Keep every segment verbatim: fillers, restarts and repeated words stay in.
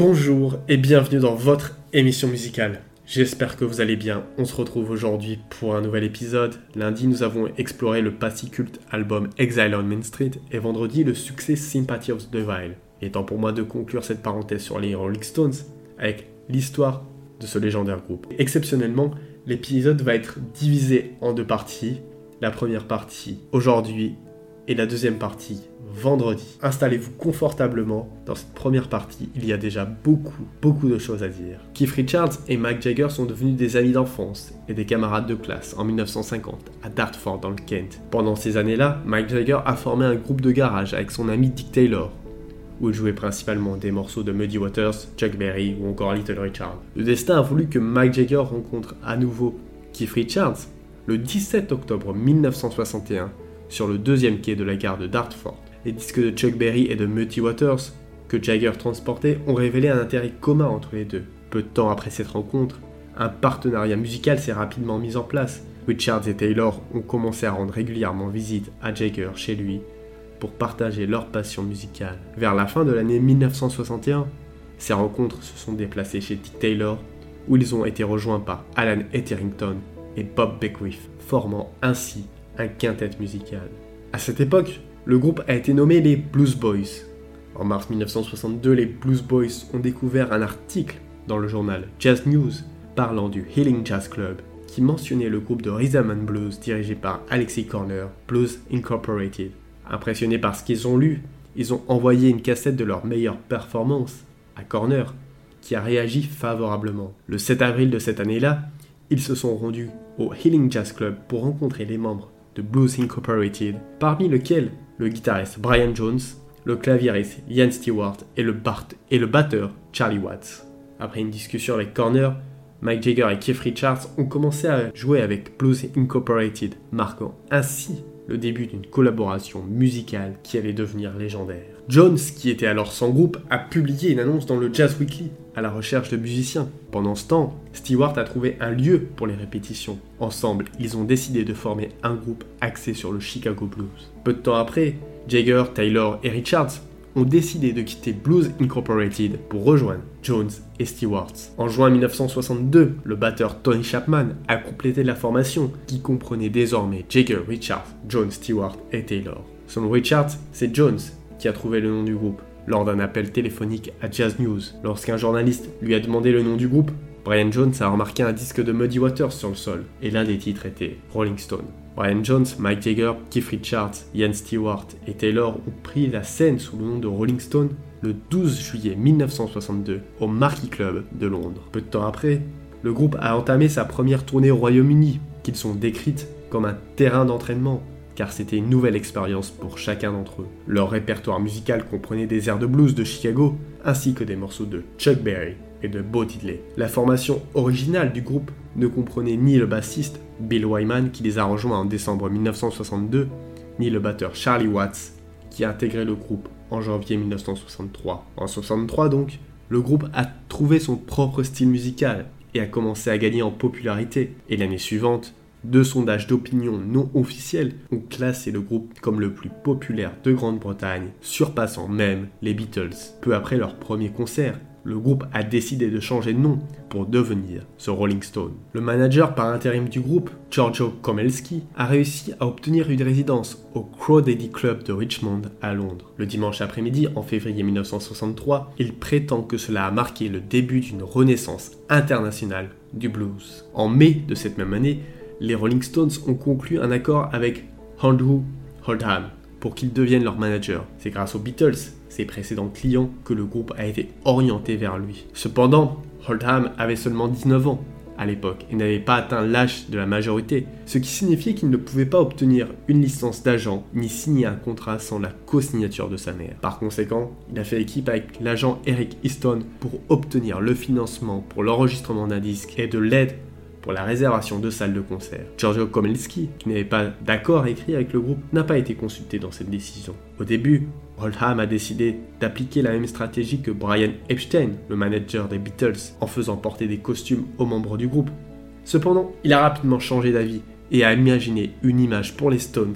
Bonjour et bienvenue dans votre émission musicale. J'espère que vous allez bien. On se retrouve aujourd'hui pour un nouvel épisode. Lundi, nous avons exploré le pas si culte album Exile on Main Street et vendredi, le succès Sympathy of the Devil. Il est temps pour moi de conclure cette parenthèse sur les Rolling Stones avec l'histoire de ce légendaire groupe. Exceptionnellement, l'épisode va être divisé en deux parties. La première partie aujourd'hui et la deuxième partie vendredi. Installez-vous confortablement. Dans cette première partie, il y a déjà beaucoup, beaucoup de choses à dire. Keith Richards et Mick Jagger sont devenus des amis d'enfance et des camarades de classe en dix-neuf cent cinquante à Dartford dans le Kent. Pendant ces années-là, Mick Jagger a formé un groupe de garage avec son ami Dick Taylor, où il jouait principalement des morceaux de Muddy Waters, Chuck Berry ou encore Little Richard. Le destin a voulu que Mick Jagger rencontre à nouveau Keith Richards le dix-sept octobre mille neuf cent soixante et un sur le deuxième quai de la gare de Dartford. Les disques de Chuck Berry et de Muddy Waters que Jagger transportait ont révélé un intérêt commun entre les deux. Peu de temps après cette rencontre, un partenariat musical s'est rapidement mis en place. Richards et Taylor ont commencé à rendre régulièrement visite à Jagger chez lui pour partager leur passion musicale. Vers la fin de l'année mille neuf cent soixante et un, ces rencontres se sont déplacées chez Dick Taylor, où ils ont été rejoints par Alan Etherington et Bob Beckwith, formant ainsi un quintet musical. À cette époque, le groupe a été nommé les Blues Boys. En mars mille neuf cent soixante-deux, les Blues Boys ont découvert un article dans le journal Jazz News parlant du Healing Jazz Club qui mentionnait le groupe de Rhythm and Blues dirigé par Alexi Korner, Blues Incorporated. Impressionnés par ce qu'ils ont lu, ils ont envoyé une cassette de leur meilleure performance à Korner, qui a réagi favorablement. Le sept avril de cette année-là, ils se sont rendus au Healing Jazz Club pour rencontrer les membres de Blues Incorporated, parmi lesquels le guitariste Brian Jones, le claviériste Ian Stewart et le, bar- et le batteur Charlie Watts. Après une discussion avec Korner, Mick Jagger et Keith Richards ont commencé à jouer avec Blues Incorporated, marquant ainsi le début d'une collaboration musicale qui allait devenir légendaire. Jones, qui était alors sans groupe, a publié une annonce dans le Jazz Weekly à la recherche de musiciens. Pendant ce temps, Stewart a trouvé un lieu pour les répétitions. Ensemble, ils ont décidé de former un groupe axé sur le Chicago Blues. Peu de temps après, Jagger, Taylor et Richards ont décidé de quitter Blues Incorporated pour rejoindre Jones et Stewart. En juin mille neuf cent soixante-deux, le batteur Tony Chapman a complété la formation qui comprenait désormais Jagger, Richards, Jones, Stewart et Taylor. Selon Richards, c'est Jones qui a trouvé le nom du groupe lors d'un appel téléphonique à Jazz News. Lorsqu'un journaliste lui a demandé le nom du groupe, Brian Jones a remarqué un disque de Muddy Waters sur le sol et l'un des titres était Rolling Stone. Brian Jones, Mick Jagger, Keith Richards, Ian Stewart et Taylor ont pris la scène sous le nom de Rolling Stone le douze juillet mille neuf cent soixante-deux au Marquee Club de Londres. Peu de temps après, le groupe a entamé sa première tournée au Royaume-Uni, qu'ils ont décrite comme un terrain d'entraînement, car c'était une nouvelle expérience pour chacun d'entre eux. Leur répertoire musical comprenait des airs de blues de Chicago, ainsi que des morceaux de Chuck Berry et de Bo Diddley. La formation originale du groupe ne comprenait ni le bassiste Bill Wyman qui les a rejoints en décembre mille neuf cent soixante-deux, ni le batteur Charlie Watts qui a intégré le groupe en janvier mille neuf cent soixante-trois. En soixante-trois donc, le groupe a trouvé son propre style musical et a commencé à gagner en popularité. Et l'année suivante, deux sondages d'opinion non officiels ont classé le groupe comme le plus populaire de Grande-Bretagne, surpassant même les Beatles. Peu après leur premier concert, le groupe a décidé de changer de nom pour devenir The Rolling Stone. Le manager par intérim du groupe, Giorgio Komelski, a réussi à obtenir une résidence au Crawdaddy Club de Richmond à Londres. Le dimanche après-midi, en février mille neuf cent soixante-trois, il prétend que cela a marqué le début d'une renaissance internationale du blues. En mai de cette même année, les Rolling Stones ont conclu un accord avec Andrew Oldham pour qu'il devienne leur manager. C'est grâce aux Beatles, ses précédents clients, que le groupe a été orienté vers lui. Cependant, Oldham avait seulement dix-neuf ans à l'époque et n'avait pas atteint l'âge de la majorité, ce qui signifiait qu'il ne pouvait pas obtenir une licence d'agent ni signer un contrat sans la co-signature de sa mère. Par conséquent, il a fait équipe avec l'agent Eric Easton pour obtenir le financement pour l'enregistrement d'un disque et de l'aide pour la réservation de salles de concert. Giorgio Komelski, qui n'avait pas d'accord écrit avec le groupe, n'a pas été consulté dans cette décision. Au début, Oldham a décidé d'appliquer la même stratégie que Brian Epstein, le manager des Beatles, en faisant porter des costumes aux membres du groupe. Cependant, il a rapidement changé d'avis et a imaginé une image pour les Stones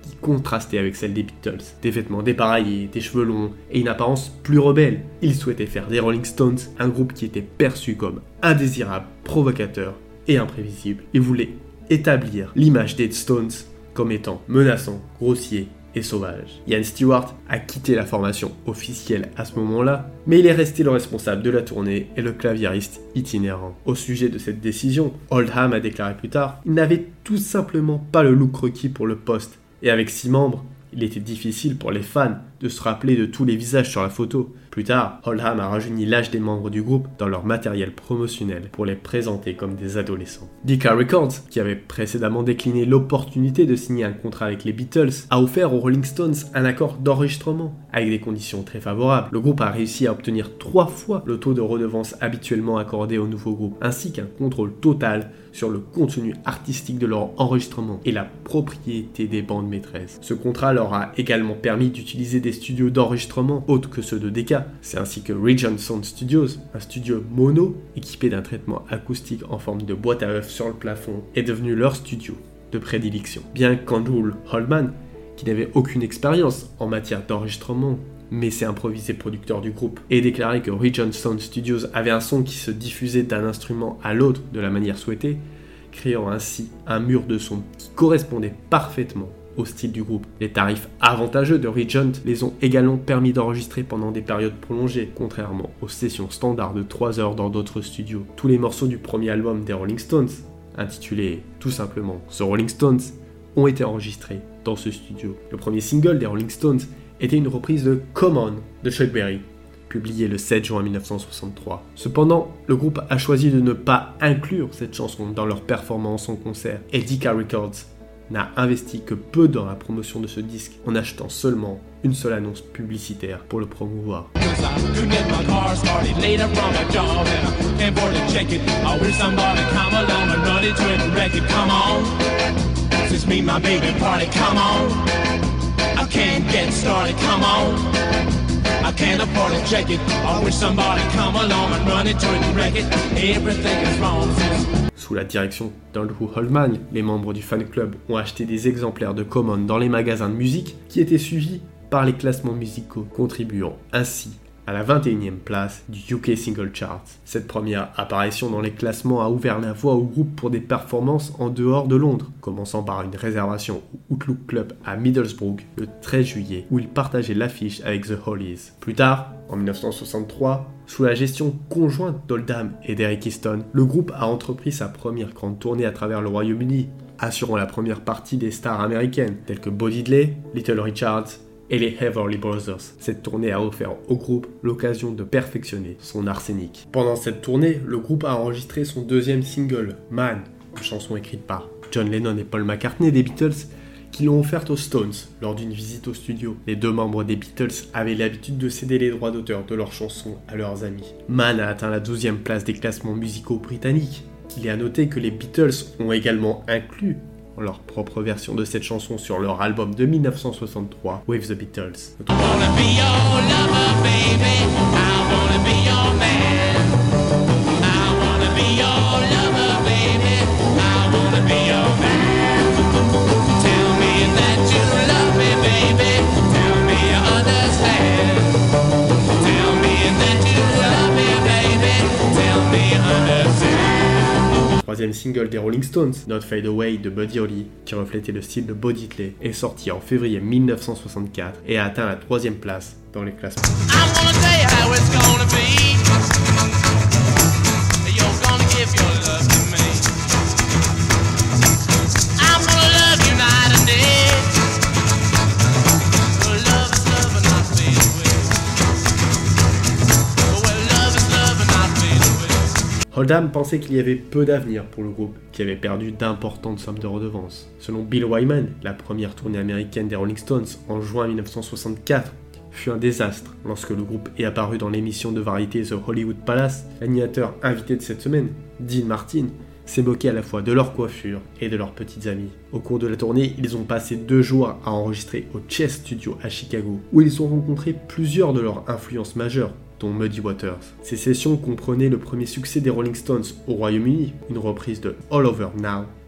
qui contrastait avec celle des Beatles. Des vêtements dépareillés, des cheveux longs et une apparence plus rebelle. Ils souhaitaient faire des Rolling Stones un groupe qui était perçu comme indésirable, provocateur et imprévisible. Ils voulaient établir l'image des Stones comme étant menaçant, grossier et sauvage. Ian Stewart a quitté la formation officielle à ce moment-là, mais il est resté le responsable de la tournée et le claviériste itinérant. Au sujet de cette décision, Oldham a déclaré plus tard « Il n'avait tout simplement pas le look requis pour le poste, et avec six membres, il était difficile pour les fans de se rappeler de tous les visages sur la photo. » Plus tard, Oldham a rajeuni l'âge des membres du groupe dans leur matériel promotionnel pour les présenter comme des adolescents. Decca Records, qui avait précédemment décliné l'opportunité de signer un contrat avec les Beatles, a offert aux Rolling Stones un accord d'enregistrement avec des conditions très favorables. Le groupe a réussi à obtenir trois fois le taux de redevance habituellement accordé au nouveau groupe, ainsi qu'un contrôle total sur le contenu artistique de leur enregistrement et la propriété des bandes maîtresses. Ce contrat leur a également permis d'utiliser des studios d'enregistrement autres que ceux de Decca. C'est ainsi que Regent Sound Studios, un studio mono équipé d'un traitement acoustique en forme de boîte à œufs sur le plafond, est devenu leur studio de prédilection. Bien qu'Andrew Holman, qui n'avait aucune expérience en matière d'enregistrement, mais s'est improvisé producteur du groupe, ait déclaré que Regent Sound Studios avait un son qui se diffusait d'un instrument à l'autre de la manière souhaitée, créant ainsi un mur de son qui correspondait parfaitement au style du groupe. Les tarifs avantageux de Regent les ont également permis d'enregistrer pendant des périodes prolongées, contrairement aux sessions standards de trois heures dans d'autres studios. Tous les morceaux du premier album des Rolling Stones, intitulé tout simplement The Rolling Stones, ont été enregistrés dans ce studio. Le premier single des Rolling Stones était une reprise de Come On de Chuck Berry, publié le sept juin mille neuf cent soixante-trois. Cependant, le groupe a choisi de ne pas inclure cette chanson dans leur performance en concert, et Decca Records n'a investi que peu dans la promotion de ce disque, en achetant seulement une seule annonce publicitaire pour le promouvoir. Sous la direction d'Andrew Holman, les membres du fan club ont acheté des exemplaires de Come On dans les magasins de musique qui étaient suivis par les classements musicaux, contribuant ainsi à la vingt et unième place du U K Single Chart. Cette première apparition dans les classements a ouvert la voie au groupe pour des performances en dehors de Londres, commençant par une réservation au Outlook Club à Middlesbrough le treize juillet, où ils partageaient l'affiche avec The Hollies. Plus tard, en mille neuf cent soixante-trois, sous la gestion conjointe d'Oldham et d'Eric Easton, le groupe a entrepris sa première grande tournée à travers le Royaume-Uni, assurant la première partie des stars américaines, telles que Bo Diddley, Little Richard et les Everly Brothers. Cette tournée a offert au groupe l'occasion de perfectionner son arsenic. Pendant cette tournée, le groupe a enregistré son deuxième single, Man, une chanson écrite par John Lennon et Paul McCartney des Beatles, qui l'ont offerte aux Stones lors d'une visite au studio. Les deux membres des Beatles avaient l'habitude de céder les droits d'auteur de leurs chansons à leurs amis. Man a atteint la douzième place des classements musicaux britanniques. Il est à noter que les Beatles ont également inclus leur propre version de cette chanson sur leur album de mille neuf cent soixante-trois, With the Beatles. Troisième single des Rolling Stones, Not Fade Away de Buddy Holly, qui reflétait le style de Bo Diddley, est sorti en février mille neuf cent soixante-quatre et a atteint la troisième place dans les classements. Oldham pensait qu'il y avait peu d'avenir pour le groupe, qui avait perdu d'importantes sommes de redevances. Selon Bill Wyman, la première tournée américaine des Rolling Stones en juin mille neuf cent soixante-quatre fut un désastre. Lorsque le groupe est apparu dans l'émission de variété The Hollywood Palace, l'animateur invité de cette semaine, Dean Martin, s'est moqué à la fois de leur coiffure et de leurs petites amies. Au cours de la tournée, ils ont passé deux jours à enregistrer au Chess Studio à Chicago, où ils ont rencontré plusieurs de leurs influences majeures, dont Muddy Waters. Ces sessions comprenaient le premier succès des Rolling Stones au Royaume-Uni, une reprise de All Over Now,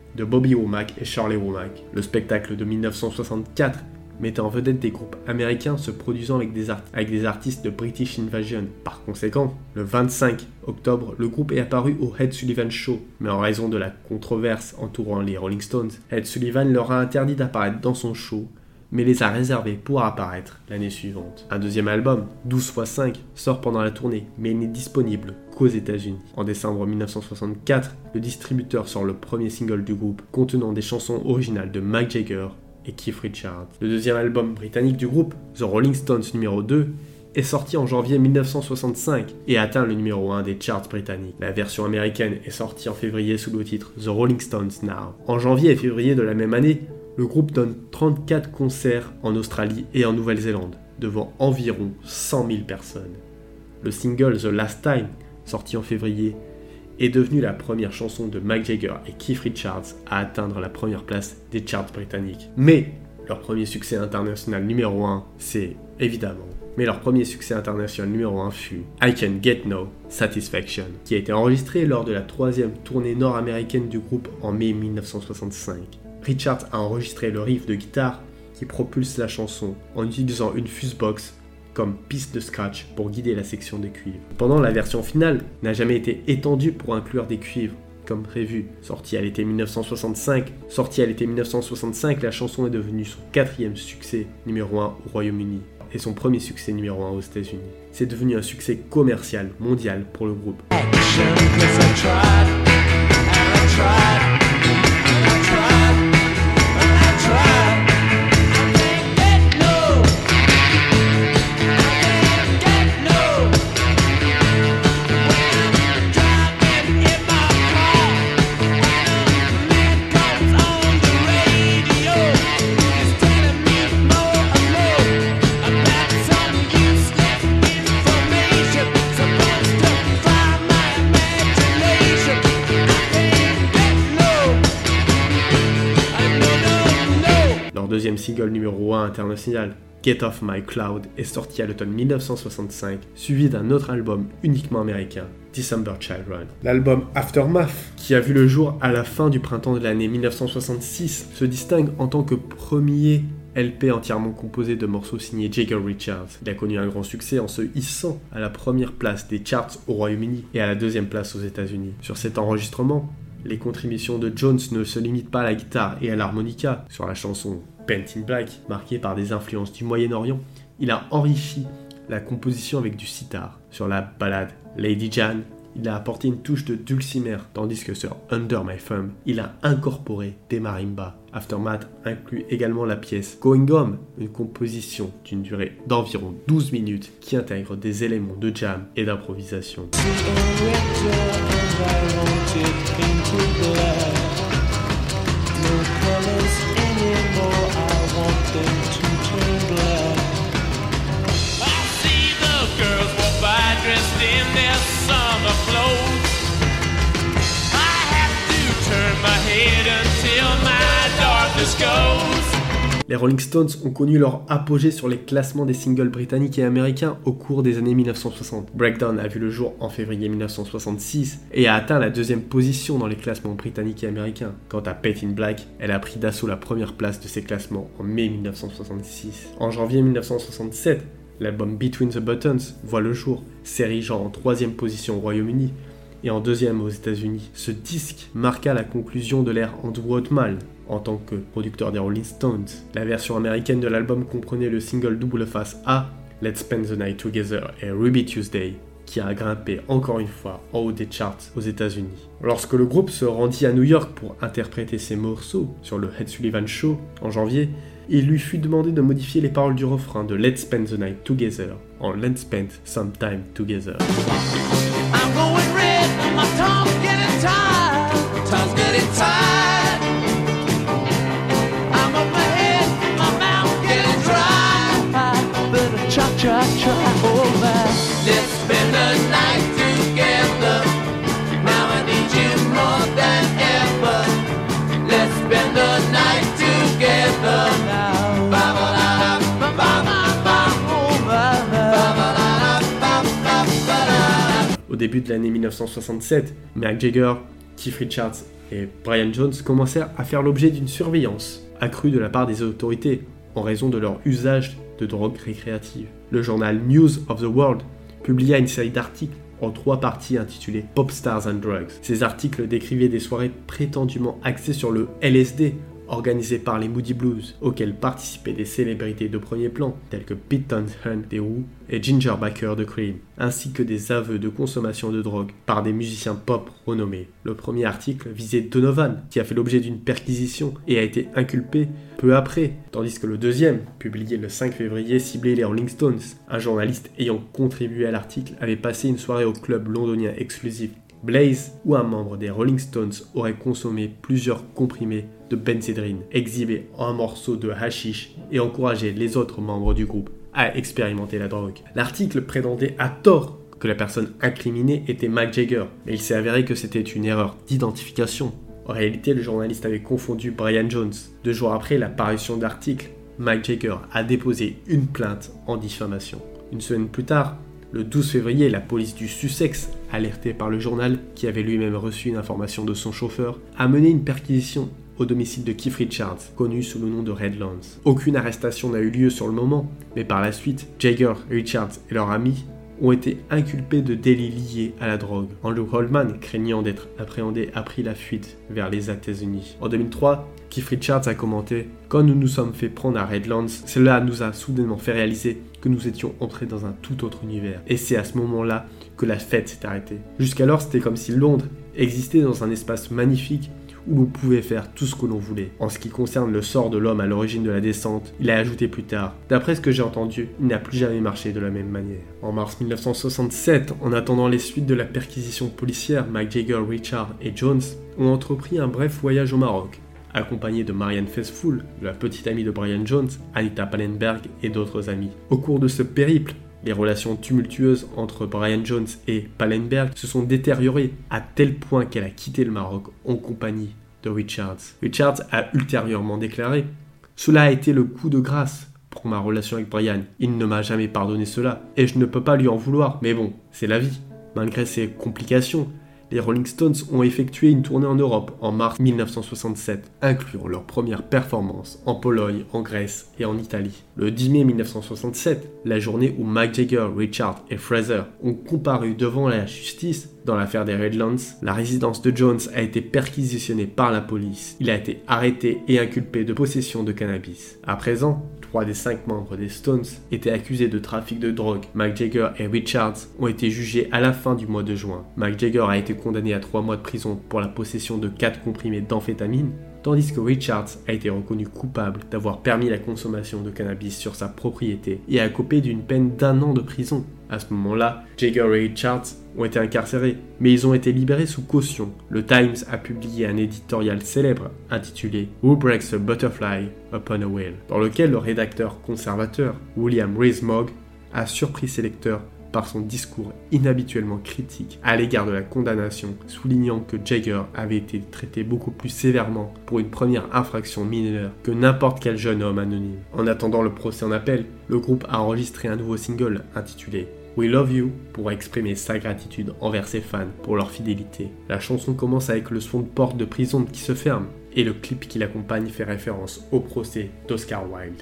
de Bobby Womack et Shirley Womack. Le spectacle de mille neuf cent soixante-quatre mettait en vedette des groupes américains se produisant avec des, art- avec des artistes de British Invasion. Par conséquent, le vingt-cinq octobre, le groupe est apparu au Ed Sullivan Show, mais en raison de la controverse entourant les Rolling Stones, Ed Sullivan leur a interdit d'apparaître dans son show, mais les a réservés pour apparaître l'année suivante. Un deuxième album, douze fois cinq, sort pendant la tournée, mais il n'est disponible qu'aux États-Unis. En décembre mille neuf cent soixante-quatre, le distributeur sort le premier single du groupe, contenant des chansons originales de Mick Jagger et Keith Richards. Le deuxième album britannique du groupe, The Rolling Stones numéro deux, est sorti en janvier mille neuf cent soixante-cinq et atteint le numéro un des charts britanniques. La version américaine est sortie en février sous le titre The Rolling Stones Now. En janvier et février de la même année, le groupe donne trente-quatre concerts en Australie et en Nouvelle-Zélande, devant environ cent mille personnes. Le single The Last Time, sorti en février, est devenu la première chanson de Mick Jagger et Keith Richards à atteindre la première place des charts britanniques. Mais leur premier succès international numéro un, c'est évidemment, mais leur premier succès international numéro un fut I Can Get No Satisfaction, qui a été enregistré lors de la troisième tournée nord-américaine du groupe en mai mille neuf cent soixante-cinq. Richards a enregistré le riff de guitare qui propulse la chanson en utilisant une fusebox comme piste de scratch pour guider la section des cuivres. Pendant la version finale n'a jamais été étendue pour inclure des cuivres comme prévu. Sortie à l'été mille neuf cent soixante-cinq, sortie à l'été mille neuf cent soixante-cinq, la chanson est devenue son quatrième succès numéro un au Royaume-Uni et son premier succès numéro un aux États-Unis. C'est devenu un succès commercial mondial pour le groupe. Deuxième single numéro un international, Get Off My Cloud, est sorti à l'automne mille neuf cent soixante-cinq, suivi d'un autre album uniquement américain, December Children. L'album Aftermath, qui a vu le jour à la fin du printemps de l'année mille neuf cent soixante-six, se distingue en tant que premier L P entièrement composé de morceaux signés Jagger Richards. Il a connu un grand succès en se hissant à la première place des charts au Royaume-Uni et à la deuxième place aux États-Unis. Sur cet enregistrement, les contributions de Jones ne se limitent pas à la guitare et à l'harmonica. Sur la chanson Paint in Black, marquée par des influences du Moyen-Orient, il a enrichi la composition avec du sitar. Sur la ballade Lady Jan, il a apporté une touche de dulcimer, tandis que sur Under My Thumb, il a incorporé des marimbas. Aftermath inclut également la pièce Going Home, une composition d'une durée d'environ douze minutes qui intègre des éléments de jam et d'improvisation. Les Rolling Stones ont connu leur apogée sur les classements des singles britanniques et américains au cours des années mille neuf cent soixante. Breakdown a vu le jour en février mille neuf cent soixante-six et a atteint la deuxième position dans les classements britanniques et américains. Quant à Paint in Black, elle a pris d'assaut la première place de ces classements en mai mille neuf cent soixante-six. En janvier mille neuf cent soixante-sept, l'album Between the Buttons voit le jour, s'érigeant en troisième position au Royaume-Uni et en deuxième aux États-Unis. Ce disque marqua la conclusion de l'ère Andrew Oldham en tant que producteur des Rolling Stones. La version américaine de l'album comprenait le single double face A, Let's Spend the Night Together et Ruby Tuesday, qui a grimpé encore une fois en haut des charts aux États-Unis. Lorsque le groupe se rendit à New York pour interpréter ses morceaux sur le Ed Sullivan Show en janvier, il lui fut demandé de modifier les paroles du refrain de Let's Spend the Night Together en Let's Spend Some Time Together. I'm going red, my tongue's getting tired, tongue's getting tired. I'm on my head, my mouth getting dry, but I try, try, try over. Let's spend the night together, now I need you more than ever. Let's spend the night together now. Au début de l'année mille neuf cent soixante-sept, Mick Jagger, Keith Richards et Brian Jones commencèrent à faire l'objet d'une surveillance accrue de la part des autorités en raison de leur usage de drogues récréatives. Le journal News of the World publia une série d'articles en trois parties intitulées Pop Stars and Drugs. Ces articles décrivaient des soirées prétendument axées sur le L S D organisées par les Moody Blues, auxquelles participaient des célébrités de premier plan telles que Pete Townshend des Who et Ginger Baker de Cream, ainsi que des aveux de consommation de drogue par des musiciens pop renommés. Le premier article visait Donovan, qui a fait l'objet d'une perquisition et a été inculpé peu après, tandis que le deuxième, publié le cinq février, ciblait les Rolling Stones. Un journaliste ayant contribué à l'article avait passé une soirée au club londonien exclusif Blaze, où un membre des Rolling Stones aurait consommé plusieurs comprimés de benzédrine, exhibé en un morceau de hashish et encouragé les autres membres du groupe à expérimenter la drogue. L'article prétendait à tort que la personne incriminée était Mick Jagger, mais il s'est avéré que c'était une erreur d'identification. En réalité, le journaliste avait confondu Brian Jones. Deux jours après la parution de l'article, Mick Jagger a déposé une plainte en diffamation. Une semaine plus tard, le douze février, la police du Sussex, alertée par le journal, qui avait lui-même reçu une information de son chauffeur, a mené une perquisition au domicile de Keith Richards, connu sous le nom de Redlands. Aucune arrestation n'a eu lieu sur le moment, mais par la suite, Jagger, Richards et leurs amis ont été inculpés de délits liés à la drogue. Andrew Oldham, craignant d'être appréhendé, a pris la fuite vers les États-Unis. En deux mille trois, Keith Richards a commenté « Quand nous nous sommes fait prendre à Redlands, cela nous a soudainement fait réaliser que nous étions entrés dans un tout autre univers. Et c'est à ce moment-là que la fête s'est arrêtée. Jusqu'alors, c'était comme si Londres existait dans un espace magnifique où l'on pouvait faire tout ce que l'on voulait. En ce qui concerne le sort de l'homme à l'origine de la descente, il a ajouté plus tard « D'après ce que j'ai entendu, il n'a plus jamais marché de la même manière. » En mars mille neuf cent soixante-sept, en attendant les suites de la perquisition policière, Mick Jagger, Richards et Jones ont entrepris un bref voyage au Maroc, accompagné de Marianne Faithfull, de la petite amie de Brian Jones, Anita Pallenberg et d'autres amis. Au cours de ce périple, les relations tumultueuses entre Brian Jones et Pallenberg se sont détériorées à tel point qu'elle a quitté le Maroc en compagnie de Richards. Richards a ultérieurement déclaré « Cela a été le coup de grâce pour ma relation avec Brian. Il ne m'a jamais pardonné cela et je ne peux pas lui en vouloir, mais bon, c'est la vie. » Malgré ces complications, les Rolling Stones ont effectué une tournée en Europe en mars mille neuf cent soixante-sept, incluant leur première performance en Pologne, en Grèce et en Italie. Le dix mai mille neuf cent soixante-sept, la journée où Mick Jagger, Richards et Fraser ont comparu devant la justice dans l'affaire des Redlands, la résidence de Jones a été perquisitionnée par la police. Il a été arrêté et inculpé de possession de cannabis. À présent, trois des cinq membres des Stones étaient accusés de trafic de drogue. Mick Jagger et Richards ont été jugés à la fin du mois de juin. Mick Jagger a été condamné à trois mois de prison pour la possession de quatre comprimés d'amphétamine, tandis que Richards a été reconnu coupable d'avoir permis la consommation de cannabis sur sa propriété et a copé d'une peine d'un an de prison. À ce moment-là, Jagger et Richards ont été incarcérés, mais ils ont été libérés sous caution. Le Times a publié un éditorial célèbre intitulé « Who Breaks a Butterfly Upon a Wheel », dans lequel le rédacteur conservateur William Rees-Mogg a surpris ses lecteurs par son discours inhabituellement critique à l'égard de la condamnation, soulignant que Jagger avait été traité beaucoup plus sévèrement pour une première infraction mineure que n'importe quel jeune homme anonyme. En attendant le procès en appel, le groupe a enregistré un nouveau single intitulé We Love You pour exprimer sa gratitude envers ses fans pour leur fidélité. La chanson commence avec le son de porte de prison qui se ferme et le clip qui l'accompagne fait référence au procès d'Oscar Wilde.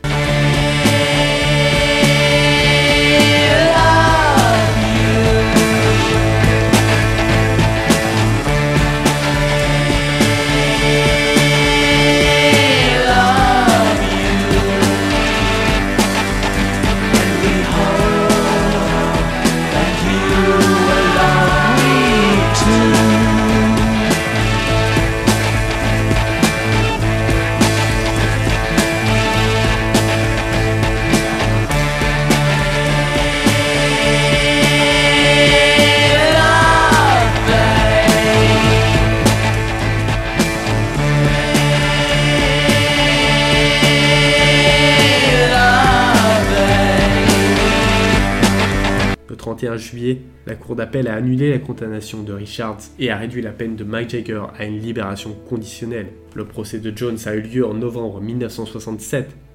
Le trente et un juillet, la cour d'appel a annulé la condamnation de Richards et a réduit la peine de Mick Jagger à une libération conditionnelle. Le procès de Jones a eu lieu en novembre mille neuf cent soixante-sept.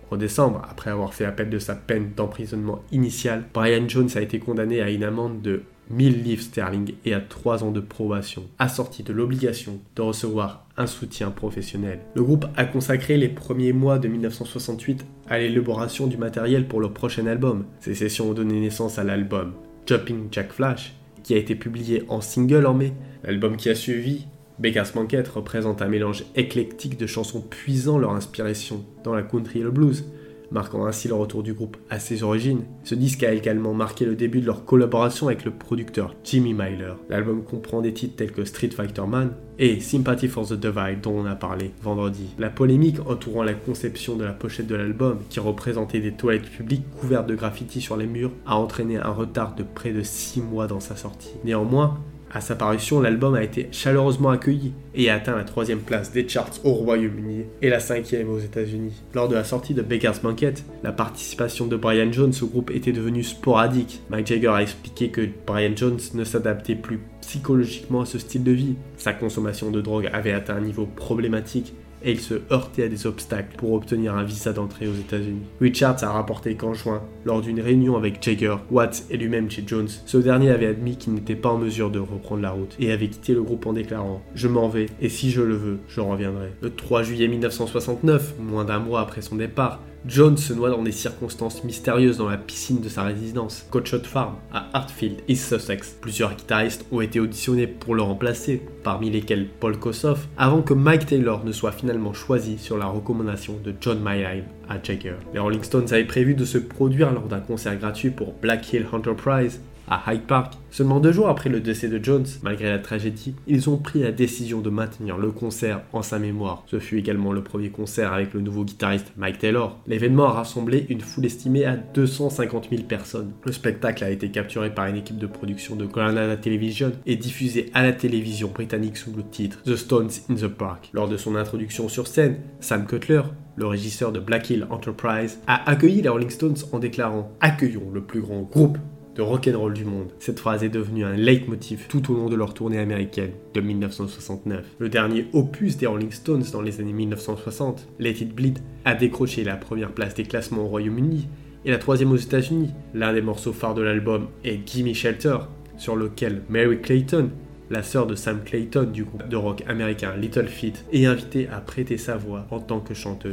En décembre, après avoir fait appel de sa peine d'emprisonnement initiale, Brian Jones a été condamné à une amende de mille livres sterling et à trois ans de probation, assorti de l'obligation de recevoir un soutien professionnel. Le groupe a consacré les premiers mois de mille neuf cent soixante-huit à l'élaboration du matériel pour leur prochain album. Ces sessions ont donné naissance à l'album Jumping Jack Flash, qui a été publié en single en mai. L'album qui a suivi, Beggar's Banquet, représente un mélange éclectique de chansons puisant leur inspiration dans la country et le blues, marquant ainsi le retour du groupe à ses origines. Ce disque a également marqué le début de leur collaboration avec le producteur Jimmy Myler. L'album comprend des titres tels que Street Fighter Man et Sympathy for the Divide dont on a parlé vendredi. La polémique entourant la conception de la pochette de l'album, qui représentait des toilettes publiques couvertes de graffitis sur les murs, a entraîné un retard de près de six mois dans sa sortie. Néanmoins, à sa parution, l'album a été chaleureusement accueilli et a atteint la troisième place des charts au Royaume-Uni et la cinquième aux États-Unis. Lors de la sortie de Beggar's Banquet, la participation de Brian Jones au groupe était devenue sporadique. Mick Jagger a expliqué que Brian Jones ne s'adaptait plus psychologiquement à ce style de vie. Sa consommation de drogue avait atteint un niveau problématique et il se heurtait à des obstacles pour obtenir un visa d'entrée aux États-Unis. Richards a rapporté qu'en juin, lors d'une réunion avec Jagger, Watts et lui-même chez Jones, ce dernier avait admis qu'il n'était pas en mesure de reprendre la route et avait quitté le groupe en déclarant « Je m'en vais et si je le veux, je reviendrai ». Le trois juillet mille neuf cent soixante-neuf, moins d'un mois après son départ, Jones se noie dans des circonstances mystérieuses dans la piscine de sa résidence, Coachot Farm, à Hartfield, East Sussex. Plusieurs guitaristes ont été auditionnés pour le remplacer, parmi lesquels Paul Kossoff, avant que Mike Taylor ne soit finalement choisi sur la recommandation de John Mayhew à Jagger. Les Rolling Stones avaient prévu de se produire lors d'un concert gratuit pour Black Hill Enterprise à Hyde Park. Seulement deux jours après le décès de Jones, malgré la tragédie, ils ont pris la décision de maintenir le concert en sa mémoire. Ce fut également le premier concert avec le nouveau guitariste Mike Taylor. L'événement a rassemblé une foule estimée à deux cent cinquante mille personnes. Le spectacle a été capturé par une équipe de production de Granada Television et diffusé à la télévision britannique sous le titre The Stones in the Park. Lors de son introduction sur scène, Sam Cutler, le régisseur de Black Hill Enterprise, a accueilli les Rolling Stones en déclarant « Accueillons le plus grand groupe de rock'n'roll du monde ». Cette phrase est devenue un leitmotiv tout au long de leur tournée américaine de mille neuf cent soixante-neuf. Le dernier opus des Rolling Stones dans les années mille neuf cent soixante, Let It Bleed, a décroché la première place des classements au Royaume-Uni et la troisième aux États-Unis. L'un des morceaux phares de l'album est Gimme Shelter, sur lequel Mary Clayton, la sœur de Sam Clayton du groupe de rock américain Little Feat, est invitée à prêter sa voix en tant que chanteuse.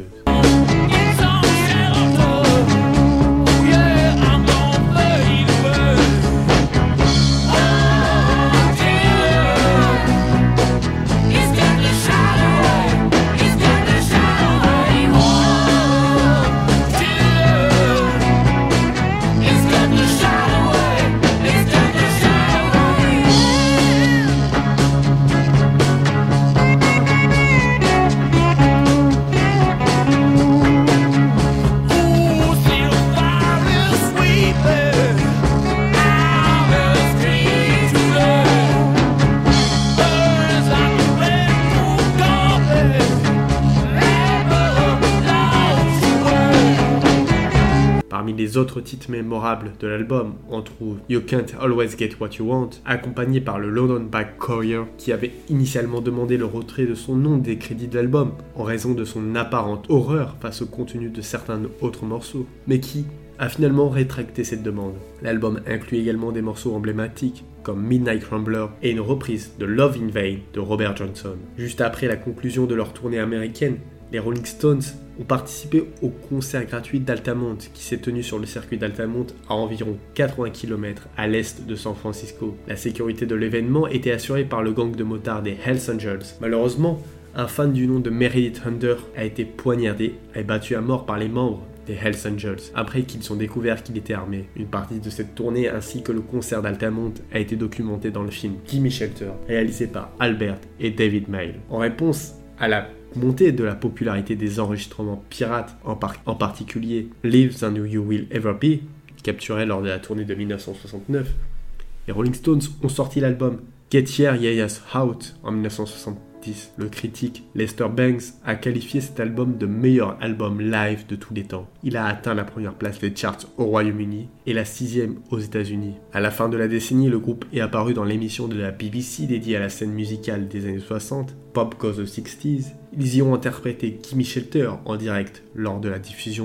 Parmi les autres titres mémorables de l'album, on trouve You Can't Always Get What You Want, accompagné par le London Bag Courier, qui avait initialement demandé le retrait de son nom des crédits de l'album, en raison de son apparente horreur face au contenu de certains autres morceaux, mais qui a finalement rétracté cette demande. L'album inclut également des morceaux emblématiques, comme Midnight Rambler et une reprise de Love in Vain de Robert Johnson. Juste après la conclusion de leur tournée américaine, les Rolling Stones ont participé au concert gratuit d'Altamont qui s'est tenu sur le circuit d'Altamont à environ quatre-vingts kilomètres à l'est de San Francisco. La sécurité de l'événement était assurée par le gang de motards des Hells Angels. Malheureusement, un fan du nom de Meredith Hunter a été poignardé et battu à mort par les membres des Hells Angels, après qu'ils ont découvert qu'il était armé. Une partie de cette tournée ainsi que le concert d'Altamont a été documenté dans le film Gimme Shelter, réalisé par Albert et David Mail. En réponse à la montée de la popularité des enregistrements pirates, en, par- en particulier Live Than You Will Ever Be, capturé lors de la tournée de mille neuf cent soixante-neuf, les Rolling Stones ont sorti l'album Get Your Yayas Out en mille neuf cent soixante-dix. Le critique Lester Bangs a qualifié cet album de meilleur album live de tous les temps. Il a atteint la première place des charts au Royaume-Uni et la sixième aux États-Unis. À la fin de la décennie, le groupe est apparu dans l'émission de la B B C dédiée à la scène musicale des années soixante, Pop Goes the sixties. Ils y ont interprété Gimme Shelter en direct lors de la diffusion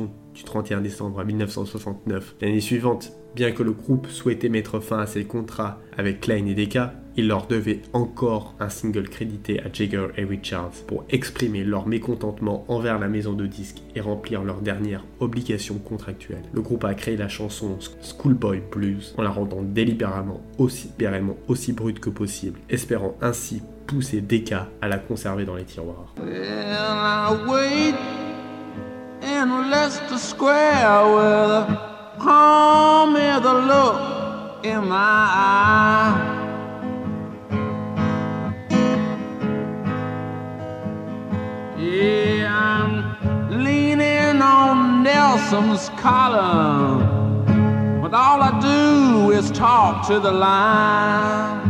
du trente et un décembre mille neuf cent soixante-neuf. L'année suivante, bien que le groupe souhaitait mettre fin à ses contrats avec Klein et Decca, il leur devait encore un single crédité à Jagger et Richards pour exprimer leur mécontentement envers la maison de disques et remplir leurs dernières obligations contractuelles. Le groupe a créé la chanson Schoolboy Blues en la rendant délibérément aussi, délibérément aussi brute que possible, espérant ainsi pousser Decca à la conserver dans les tiroirs. Yeah, I'm leaning on Nelson's collar, but all I do is talk to the line.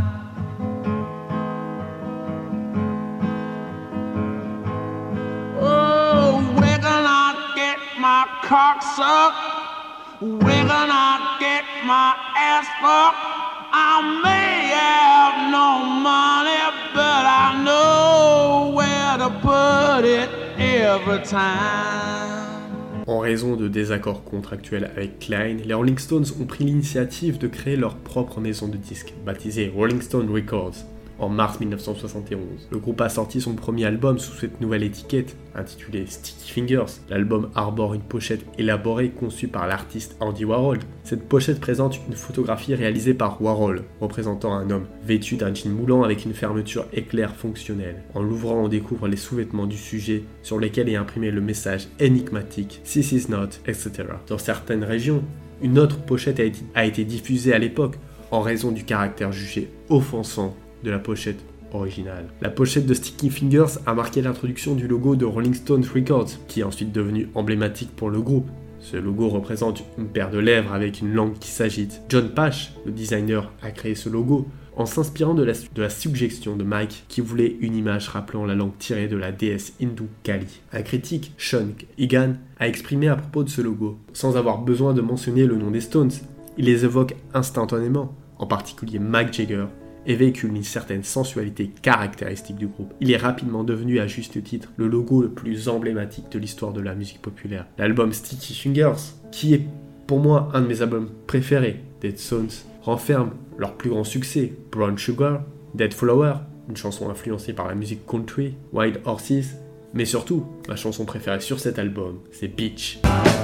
Oh, where can I get my cock sucked? Where can I get my ass fucked? I may have no money, but I know where to put it every time. En raison de désaccords contractuels avec Klein, les Rolling Stones ont pris l'initiative de créer leur propre maison de disques, baptisée Rolling Stone Records, en mars mille neuf cent soixante et onze. Le groupe a sorti son premier album sous cette nouvelle étiquette, intitulé Sticky Fingers. L'album arbore une pochette élaborée conçue par l'artiste Andy Warhol. Cette pochette présente une photographie réalisée par Warhol, représentant un homme vêtu d'un jean moulant avec une fermeture éclair fonctionnelle. En l'ouvrant, on découvre les sous-vêtements du sujet sur lesquels est imprimé le message énigmatique « This is not, et cetera » Dans certaines régions, une autre pochette a été, a été diffusée à l'époque en raison du caractère jugé offensant de la pochette originale. La pochette de Sticky Fingers a marqué l'introduction du logo de Rolling Stone Records, qui est ensuite devenu emblématique pour le groupe. Ce logo représente une paire de lèvres avec une langue qui s'agite. John Pash, le designer, a créé ce logo en s'inspirant de la, de la suggestion de Mike qui voulait une image rappelant la langue tirée de la déesse hindoue Kali. Un critique, Sean Egan, a exprimé à propos de ce logo, sans avoir besoin de mentionner le nom des Stones. Il les évoque instantanément, en particulier Mick Jagger, et véhicule une certaine sensualité caractéristique du groupe. Il est rapidement devenu, à juste titre, le logo le plus emblématique de l'histoire de la musique populaire. L'album Sticky Fingers, qui est pour moi un de mes albums préférés des Stones, renferme leur plus grand succès, Brown Sugar, Dead Flower, une chanson influencée par la musique country, Wild Horses, mais surtout, ma chanson préférée sur cet album, c'est Beach.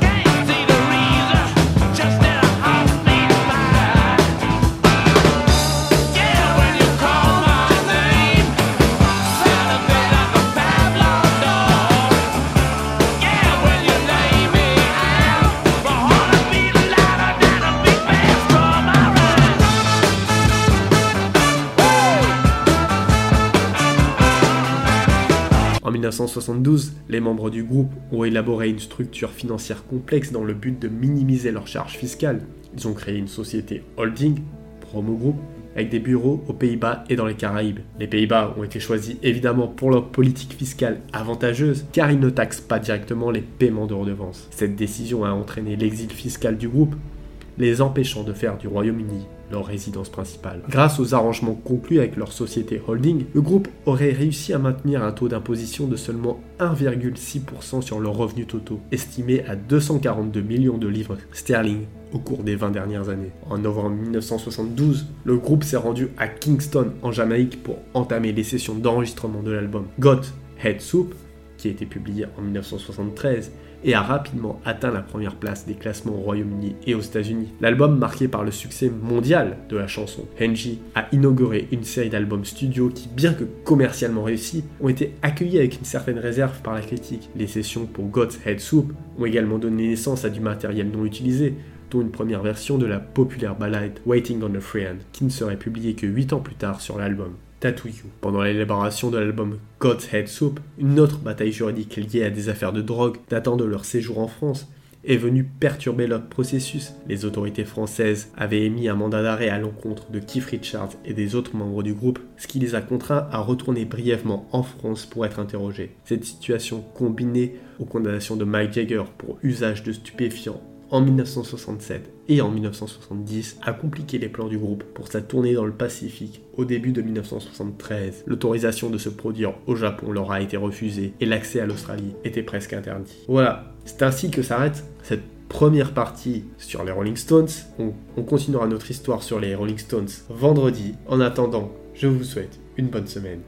En mille neuf cent soixante-douze, les membres du groupe ont élaboré une structure financière complexe dans le but de minimiser leurs charges fiscales. Ils ont créé une société holding, Promo Group, avec des bureaux aux Pays-Bas et dans les Caraïbes. Les Pays-Bas ont été choisis évidemment pour leur politique fiscale avantageuse, car ils ne taxent pas directement les paiements de redevances. Cette décision a entraîné l'exil fiscal du groupe, les empêchant de faire du Royaume-Uni leur résidence principale. Grâce aux arrangements conclus avec leur société holding, le groupe aurait réussi à maintenir un taux d'imposition de seulement un virgule six pour cent sur leurs revenus totaux, estimé à deux cent quarante-deux millions de livres sterling au cours des vingt dernières années. En novembre mille neuf cent soixante-douze, le groupe s'est rendu à Kingston, en Jamaïque, pour entamer les sessions d'enregistrement de l'album Got Head Soup, qui a été publié en mille neuf cent soixante-treize, et a rapidement atteint la première place des classements au Royaume-Uni et aux États-Unis. L'album, marqué par le succès mondial de la chanson, Angie a inauguré une série d'albums studio qui, bien que commercialement réussis, ont été accueillis avec une certaine réserve par la critique. Les sessions pour God's Head Soup ont également donné naissance à du matériel non utilisé, dont une première version de la populaire ballade Waiting on a Friend, qui ne serait publiée que huit ans plus tard sur l'album Tattoo You. Pendant l'élaboration de l'album God's Head Soup, une autre bataille juridique liée à des affaires de drogue datant de leur séjour en France est venue perturber leur processus. Les autorités françaises avaient émis un mandat d'arrêt à l'encontre de Keith Richards et des autres membres du groupe, ce qui les a contraints à retourner brièvement en France pour être interrogés. Cette situation, combinée aux condamnations de Mick Jagger pour usage de stupéfiants en mille neuf cent soixante-sept et en mille neuf cent soixante-dix a compliqué les plans du groupe pour sa tournée dans le Pacifique. Au début de mille neuf cent soixante-treize, l'autorisation de se produire au Japon leur a été refusée et l'accès à l'Australie était presque interdit. Voilà, c'est ainsi que s'arrête cette première partie sur les Rolling Stones. On, on continuera notre histoire sur les Rolling Stones vendredi. En attendant, je vous souhaite une bonne semaine.